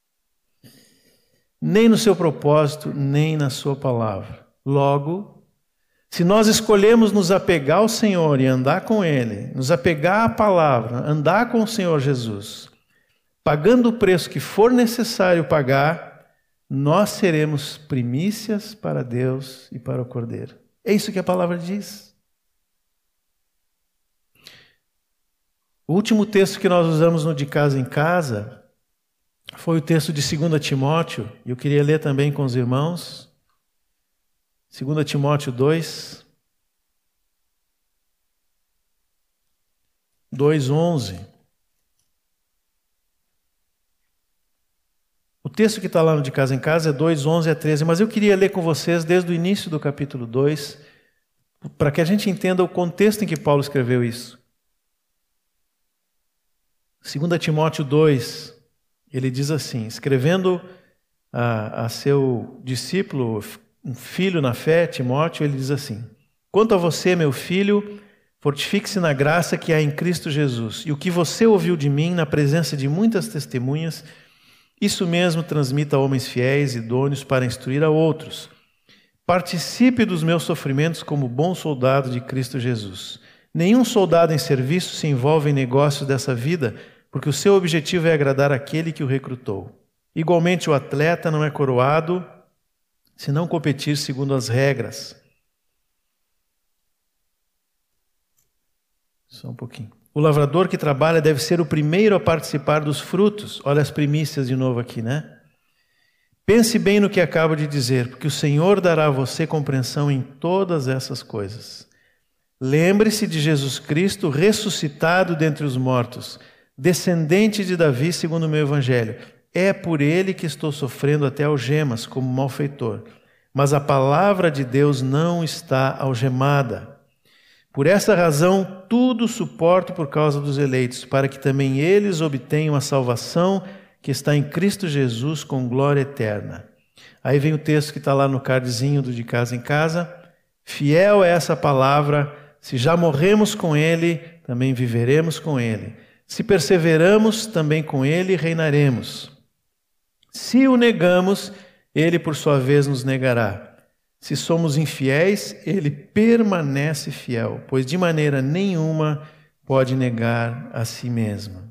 Nem no seu propósito, nem na sua palavra. Logo, se nós escolhemos nos apegar ao Senhor e andar com Ele, nos apegar à palavra, andar com o Senhor Jesus, pagando o preço que for necessário pagar, nós seremos primícias para Deus e para o Cordeiro. É isso que a palavra diz. O último texto que nós usamos no De Casa em Casa foi o texto de Segunda Timóteo, e eu queria ler também com os irmãos. Segunda Timóteo dois, dois, onze. texto que está lá no De Casa em Casa é dois, onze a treze, mas eu queria ler com vocês desde o início do capítulo dois, para que a gente entenda o contexto em que Paulo escreveu isso. Segundo Timóteo dois, ele diz assim, escrevendo a, a seu discípulo, um filho na fé, Timóteo, ele diz assim: quanto a você, meu filho, fortifique-se na graça que há em Cristo Jesus, e o que você ouviu de mim na presença de muitas testemunhas, isso mesmo transmita a homens fiéis e idôneos para instruir a outros. Participe dos meus sofrimentos como bom soldado de Cristo Jesus. Nenhum soldado em serviço se envolve em negócios dessa vida, porque o seu objetivo é agradar aquele que o recrutou. Igualmente, o atleta não é coroado se não competir segundo as regras. Só um pouquinho. O lavrador que trabalha deve ser o primeiro a participar dos frutos. Olha as primícias de novo aqui, né? Pense bem no que acabo de dizer, porque o Senhor dará a você compreensão em todas essas coisas. Lembre-se de Jesus Cristo ressuscitado dentre os mortos, descendente de Davi segundo o meu evangelho. É por ele que estou sofrendo até algemas, como malfeitor. Mas a palavra de Deus não está algemada. Por essa razão, tudo suporto por causa dos eleitos, para que também eles obtenham a salvação que está em Cristo Jesus com glória eterna. Aí vem o texto que está lá no cardzinho do De Casa em Casa. Fiel é essa palavra, se já morremos com ele, também viveremos com ele. Se perseveramos, também com ele reinaremos. Se o negamos, ele por sua vez nos negará. Se somos infiéis, ele permanece fiel, pois de maneira nenhuma pode negar a si mesmo.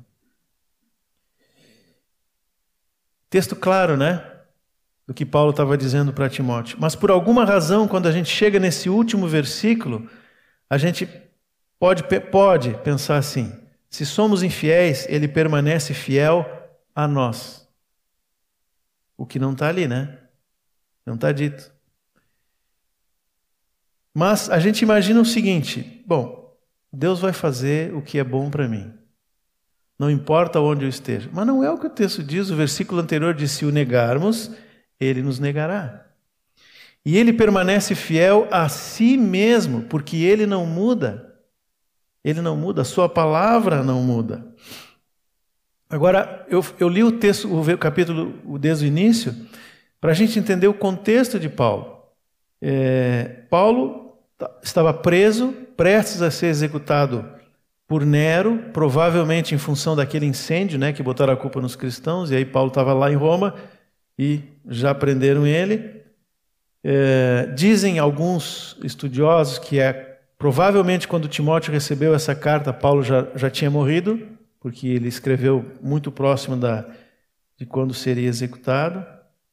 Texto claro, né? Do que Paulo estava dizendo para Timóteo. Mas por alguma razão, quando a gente chega nesse último versículo, a gente pode, pode pensar assim: se somos infiéis, ele permanece fiel a nós. O que não está ali, né? Não está dito. Mas a gente imagina o seguinte: bom, Deus vai fazer o que é bom para mim. Não importa onde eu esteja. Mas não é o que o texto diz. O versículo anterior diz: se o negarmos, ele nos negará. E ele permanece fiel a si mesmo, porque ele não muda. Ele não muda, a sua palavra não muda. Agora, eu, eu li o texto, o capítulo desde o início, para a gente entender o contexto de Paulo. É, Paulo estava preso, prestes a ser executado por Nero, provavelmente em função daquele incêndio, né, que botaram a culpa nos cristãos, e aí Paulo estava lá em Roma e já prenderam ele. É, dizem alguns estudiosos que é provavelmente quando Timóteo recebeu essa carta, Paulo já, já tinha morrido, porque ele escreveu muito próximo da, de quando seria executado.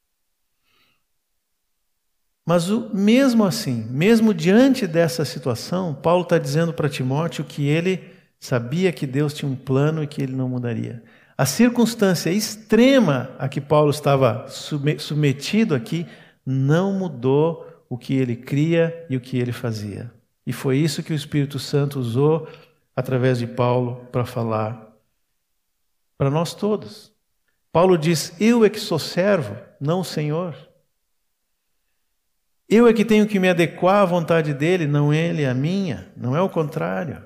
Mas o, mesmo assim, mesmo diante dessa situação, Paulo está dizendo para Timóteo que ele sabia que Deus tinha um plano e que ele não mudaria. A circunstância extrema a que Paulo estava submetido aqui não mudou o que ele cria e o que ele fazia. E foi isso que o Espírito Santo usou através de Paulo para falar para nós todos. Paulo diz: eu é que sou servo, não o Senhor. Eu é que tenho que me adequar à vontade dele, não ele à minha, não é o contrário.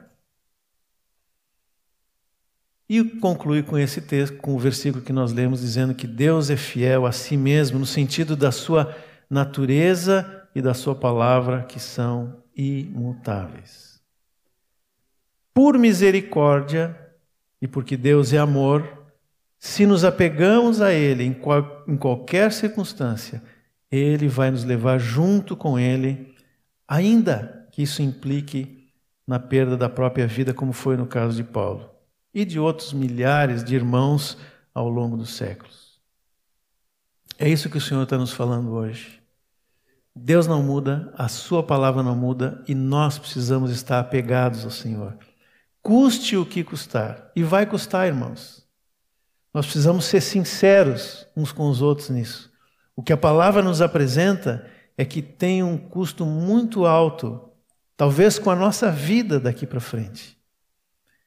E conclui com esse texto, com o versículo que nós lemos, dizendo que Deus é fiel a si mesmo, no sentido da sua natureza e da sua palavra, que são imutáveis. Por misericórdia, e porque Deus é amor, se nos apegamos a Ele em, qual, em qualquer circunstância, Ele vai nos levar junto com Ele, ainda que isso implique na perda da própria vida, como foi no caso de Paulo e de outros milhares de irmãos ao longo dos séculos. É isso que o Senhor está nos falando hoje. Deus não muda, a sua palavra não muda e nós precisamos estar apegados ao Senhor. Custe o que custar. E vai custar, irmãos. Nós precisamos ser sinceros uns com os outros nisso. O que a palavra nos apresenta é que tem um custo muito alto, talvez com a nossa vida daqui para frente.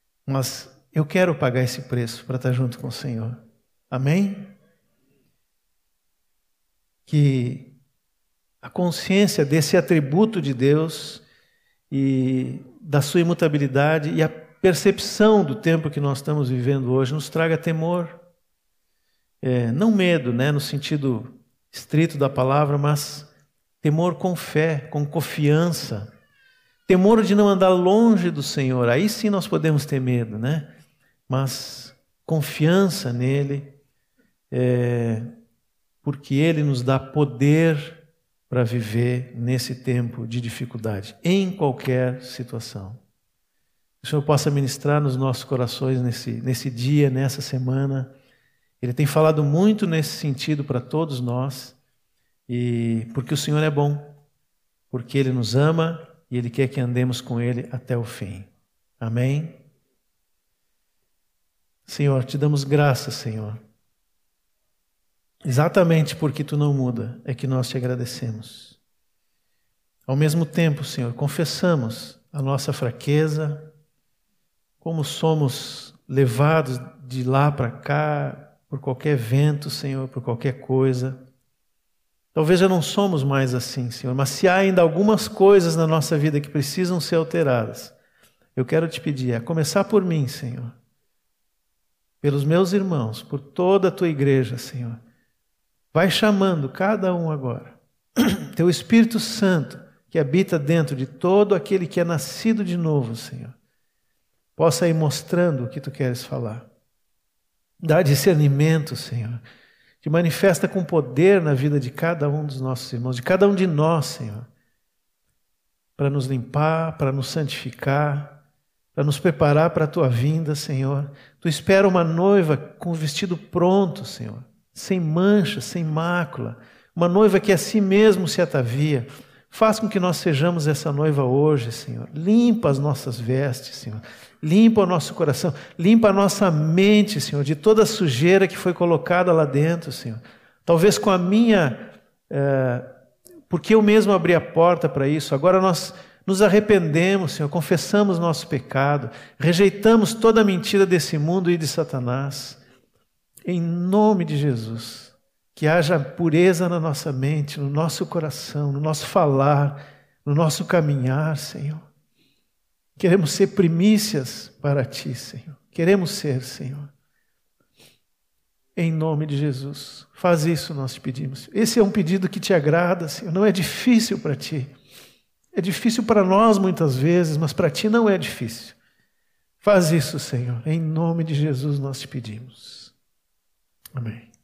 Mas eu quero pagar esse preço para estar junto com o Senhor. Amém? que a consciência desse atributo de Deus e da sua imutabilidade e a percepção do tempo que nós estamos vivendo hoje nos traga temor. É, não medo, né, no sentido estrito da palavra, mas temor com fé, com confiança. Temor de não andar longe do Senhor. Aí sim nós podemos ter medo, né? Mas confiança nele, é, porque Ele nos dá poder para viver nesse tempo de dificuldade, em qualquer situação. Que o Senhor possa ministrar nos nossos corações nesse, nesse dia, nessa semana. Ele tem falado muito nesse sentido para todos nós, e porque o Senhor é bom, porque Ele nos ama e Ele quer que andemos com Ele até o fim. Amém? Senhor, te damos graças, Senhor. Exatamente porque Tu não muda, é que nós te agradecemos. Ao mesmo tempo, Senhor, confessamos a nossa fraqueza, como somos levados de lá para cá, por qualquer vento, Senhor, por qualquer coisa. Talvez já não somos mais assim, Senhor, mas se há ainda algumas coisas na nossa vida que precisam ser alteradas, eu quero te pedir, a começar por mim, Senhor, pelos meus irmãos, por toda a Tua igreja, Senhor. Vai chamando cada um agora. Teu Espírito Santo, que habita dentro de todo aquele que é nascido de novo, Senhor, possa ir mostrando o que Tu queres falar. Dá discernimento, Senhor. Te manifesta com poder na vida de cada um dos nossos irmãos, de cada um de nós, Senhor, para nos limpar, para nos santificar, para nos preparar para a Tua vinda, Senhor. Tu espera uma noiva com o vestido pronto, Senhor, sem mancha, sem mácula, uma noiva que a si mesmo se atavia. Faz com que nós sejamos essa noiva hoje, Senhor. Limpa as nossas vestes, Senhor. Limpa o nosso coração, limpa a nossa mente, Senhor, de toda a sujeira que foi colocada lá dentro, Senhor. Talvez com a minha, é, porque eu mesmo abri a porta para isso. Agora nós nos arrependemos, Senhor, confessamos nosso pecado, rejeitamos toda a mentira desse mundo e de Satanás. Em nome de Jesus, que haja pureza na nossa mente, no nosso coração, no nosso falar, no nosso caminhar, Senhor. Queremos ser primícias para Ti, Senhor. Queremos ser, Senhor. Em nome de Jesus. Faz isso, nós te pedimos. Esse é um pedido que Te agrada, Senhor. Não é difícil para Ti. É difícil para nós muitas vezes, mas para Ti não é difícil. Faz isso, Senhor. Em nome de Jesus nós te pedimos. Amém.